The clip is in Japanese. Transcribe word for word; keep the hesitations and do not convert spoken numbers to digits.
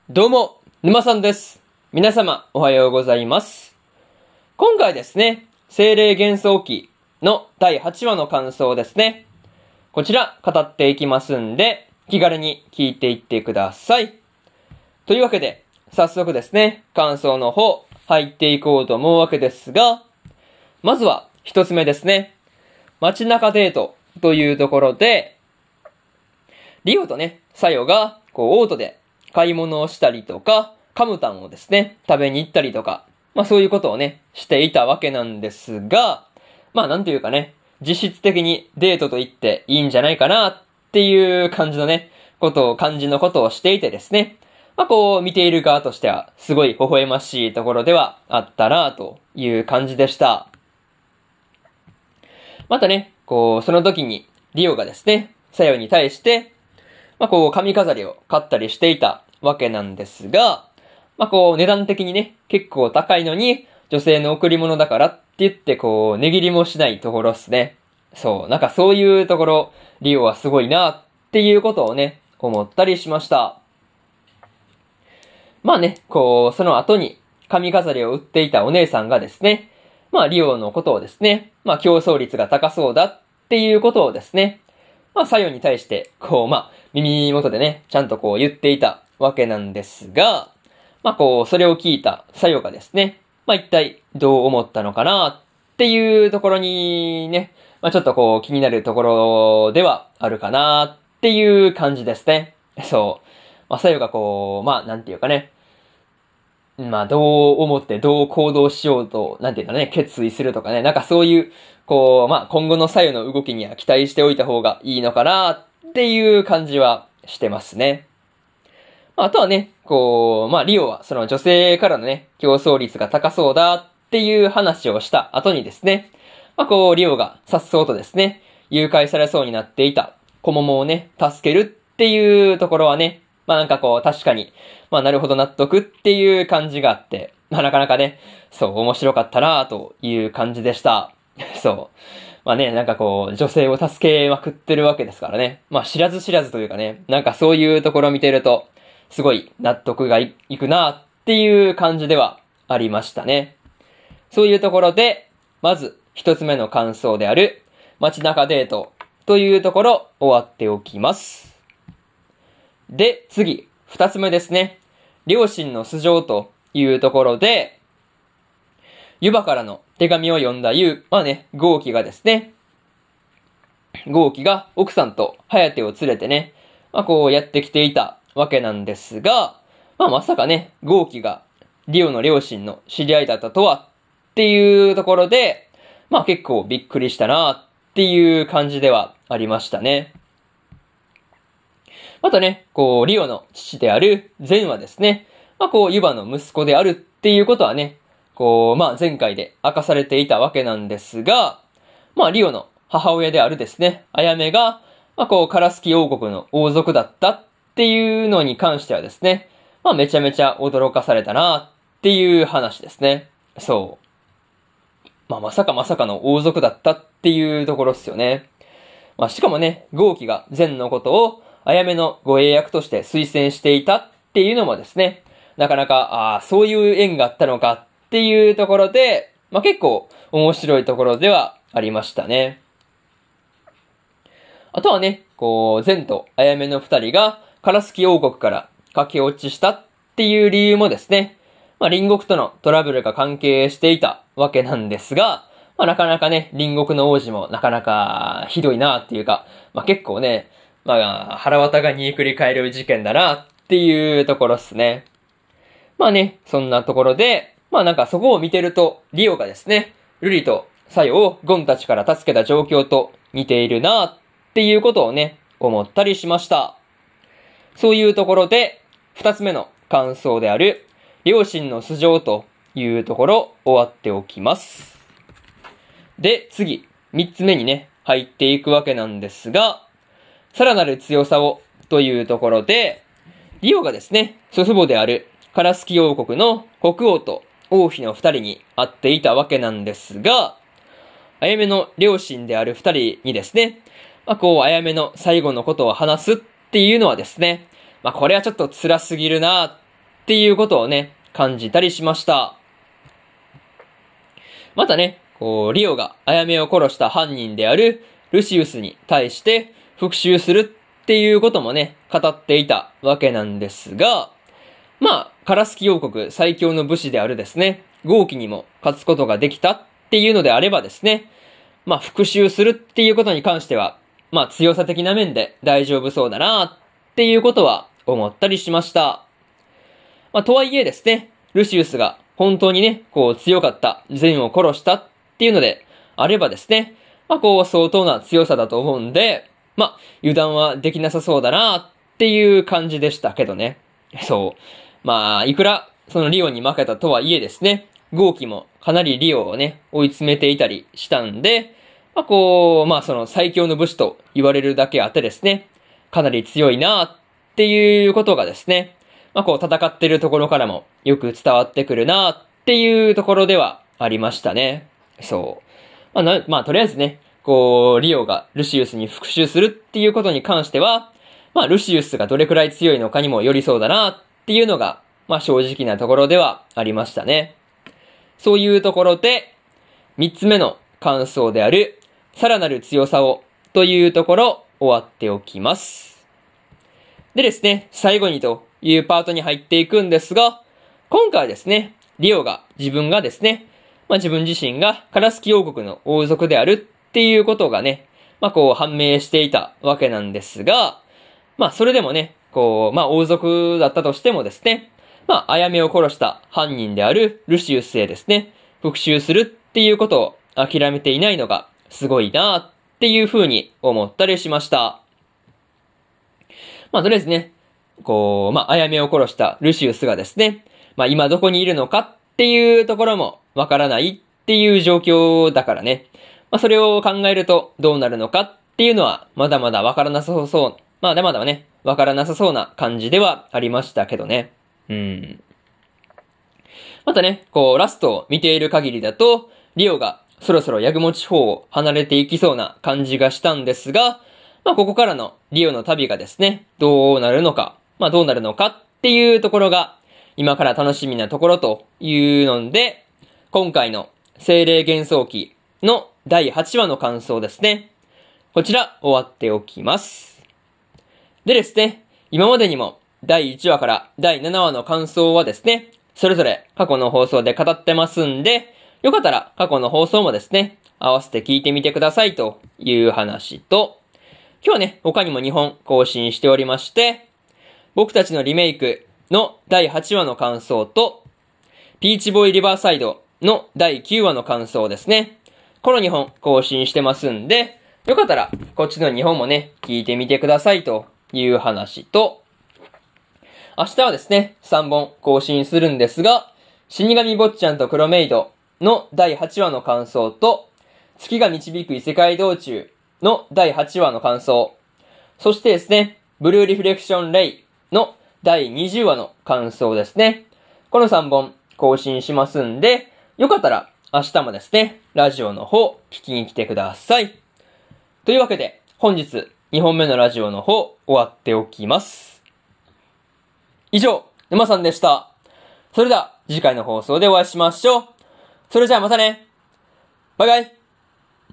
どうも、沼さんです。皆様、おはようございます。今回ですね、精霊幻想記のだいはちわの感想ですね。こちら、語っていきますんで、気軽に聞いていってください。というわけで、早速ですね、感想の方、入っていこうと思うわけですが、まずは、一つ目ですね。街中デートというところで、リオとね、サヨが、こう、オートで、買い物をしたりとか、カムタンをですね、食べに行ったりとか、まあそういうことをね、していたわけなんですが、まあなんていうかね、実質的にデートと言っていいんじゃないかなっていう感じのね、ことを、感じのことをしていてですね、まあこう見ている側としては、すごい微笑ましいところではあったなという感じでした。またね、こう、その時に、リオがですね、サヨに対して、まあこう、髪飾りを買ったりしていたわけなんですが、まあこう、値段的にね、結構高いのに、女性の贈り物だからって言って、こう、値切りもしないところっすね。そう、なんかそういうところ、リオはすごいなっていうことをね、思ったりしました。まあね、こう、その後に、髪飾りを売っていたお姉さんがですね、まあリオのことをですね、まあ競争率が高そうだっていうことをですね、まあ、作用に対して、こう、まあ、耳元でね、ちゃんとこう言っていたわけなんですが、まあ、こう、それを聞いた作用がですね、まあ、一体どう思ったのかなっていうところにね、まあ、ちょっとこう気になるところではあるかなっていう感じですね。そう。まあ、作用がこう、まあ、なんていうかね、まあ、どう思ってどう行動しようと、なんていうかね、決意するとかね、なんかそういう、こう、まあ、今後の左右の動きには期待しておいた方がいいのかなっていう感じはしてますね。あとはね、こう、まあ、リオはその女性からのね、競争率が高そうだっていう話をした後にですね、まあ、こう、リオが颯爽とですね、誘拐されそうになっていた子桃をね、助けるっていうところはね、まあなんかこう、確かに、まあなるほど納得っていう感じがあって、まあなかなかね、そう、面白かったなという感じでした。そう。まあね、なんかこう、女性を助けまくってるわけですからね。まあ知らず知らずというかね、なんかそういうところを見てると、すごい納得がいいくなっていう感じではありましたね。そういうところで、まず一つ目の感想である、街中デートというところ終わっておきます。で、次、二つ目ですね。両親の素性というところで、ユバからの手紙を読んだユウ、まあね、ゴーキがですね、ゴーキが奥さんとハヤテを連れてね、まあこうやってきていたわけなんですが、まあまさかね、ゴーキがリオの両親の知り合いだったとはっていうところで、まあ結構びっくりしたなっていう感じではありましたね。またね、こう、リオの父であるゼンはですね、まあこう、ユバの息子であるっていうことはね、こう、まあ前回で明かされていたわけなんですが、まあリオの母親であるですね、アヤメが、まあこう、カラスキ王国の王族だったっていうのに関してはですね、まあめちゃめちゃ驚かされたなっていう話ですね。そう。まあまさかまさかの王族だったっていうところですよね。まあしかもね、ゴーキがゼンのことを、あやめの護衛役として推薦していたっていうのもですね、なかなか、ああ、そういう縁があったのかっていうところで、まあ結構面白いところではありましたね。あとはね、こう、ゼンとあやめの二人がカラスキ王国から駆け落ちしたっていう理由もですね、まあ隣国とのトラブルが関係していたわけなんですが、まあなかなかね、隣国の王子もなかなかひどいなっていうか、まあ結構ね、まあ、腹渡が煮えくり返る事件だなっていうところっすね。まあね、そんなところで、まあなんかそこを見てると、リオがですね、ルリとサヨをゴンたちから助けた状況と似ているなっていうことをね、思ったりしました。そういうところで、二つ目の感想である、両親の素性というところ終わっておきます。で、次、三つ目にね、入っていくわけなんですが、さらなる強さをというところで、リオがですね、祖父母であるカラスキ王国の国王と王妃の二人に会っていたわけなんですが、あやめの両親である二人にですね、まあこう、あやめの最後のことを話すっていうのはですね、まあこれはちょっと辛すぎるなっっていうことをね、感じたりしました。またね、こう、リオがアヤメを殺した犯人であるルシウスに対して復讐するっていうこともね、語っていたわけなんですが、まあ、カラスキ王国最強の武士であるですね、ゴーキにも勝つことができたっていうのであればですね、まあ、復讐するっていうことに関しては、まあ、強さ的な面で大丈夫そうだなっていうことは思ったりしました。まあ、とはいえですね、ルシウスが本当にね、こう強かった、ゼンを殺したっていうのであればですね、まあ、こう相当な強さだと思うんで、まあ、油断はできなさそうだなっていう感じでしたけどね。そう。まあ、いくら、そのリオに負けたとはいえですね、ゴーキもかなりリオをね、追い詰めていたりしたんで、まあこう、まあその最強の武士と言われるだけあってですね、かなり強いなっていうことがですね、まあこう戦ってるところからもよく伝わってくるなっていうところではありましたね。そう。まあな、まあとりあえずね、こう、リオがルシウスに復讐するっていうことに関しては、まあルシウスがどれくらい強いのかにもよりそうだなっていうのが、まあ正直なところではありましたね。そういうところで、三つ目の感想である、さらなる強さをというところ終わっておきます。でですね、最後にというパートに入っていくんですが、今回はですね、リオが自分がですね、まあ自分自身がカラスキ王国の王族であるっていうことがね、まあこう判明していたわけなんですが、まあそれでもね、こう、まあ王族だったとしてもですね、まあアヤメを殺した犯人であるルシウスへですね、復讐するっていうことを諦めていないのがすごいなっていう風に思ったりしました。まあとりあえずね、こう、まあアヤメを殺したルシウスがですね、まあ今どこにいるのかっていうところもわからないっていう状況だからね。まあそれを考えるとどうなるのかっていうのはまだまだわからなさそう、まだまだね、わからなさそうな感じではありましたけどね。うん。またね、こうラストを見ている限りだと、リオがそろそろヤグモ地方を離れていきそうな感じがしたんですが、まあここからのリオの旅がですね、どうなるのか、まあどうなるのかっていうところが、今から楽しみなところというので、今回の精霊幻想記のだいはちわの感想ですね。こちら終わっておきます。でですね、今までにもだいいちわからだいななわの感想はですね、それぞれ過去の放送で語ってますんで、よかったら過去の放送もですね、合わせて聞いてみてくださいという話と、今日はね、他にもにほん更新しておりまして、僕たちのリメイクのだいはちわの感想と、ピーチボーイリバーサイドのだいきゅうわの感想ですね。このにほん更新してますんで、よかったらこっちのにほんもね、聞いてみてくださいという話と、明日はですね、さんぼん更新するんですが、死神坊ちゃんと黒メイドのだいはちわの感想と、月が導く異世界道中のだいはちわの感想、そしてですね、ブルーリフレクションレイのだいにじゅうわの感想ですね。このさんぼん更新しますんで、よかったら明日もですね、ラジオの方聞きに来てください。というわけで、本日にほんめのラジオの方終わっておきます。以上、沼さんでした。それでは次回の放送でお会いしましょう。それじゃあまたね。バイバイ。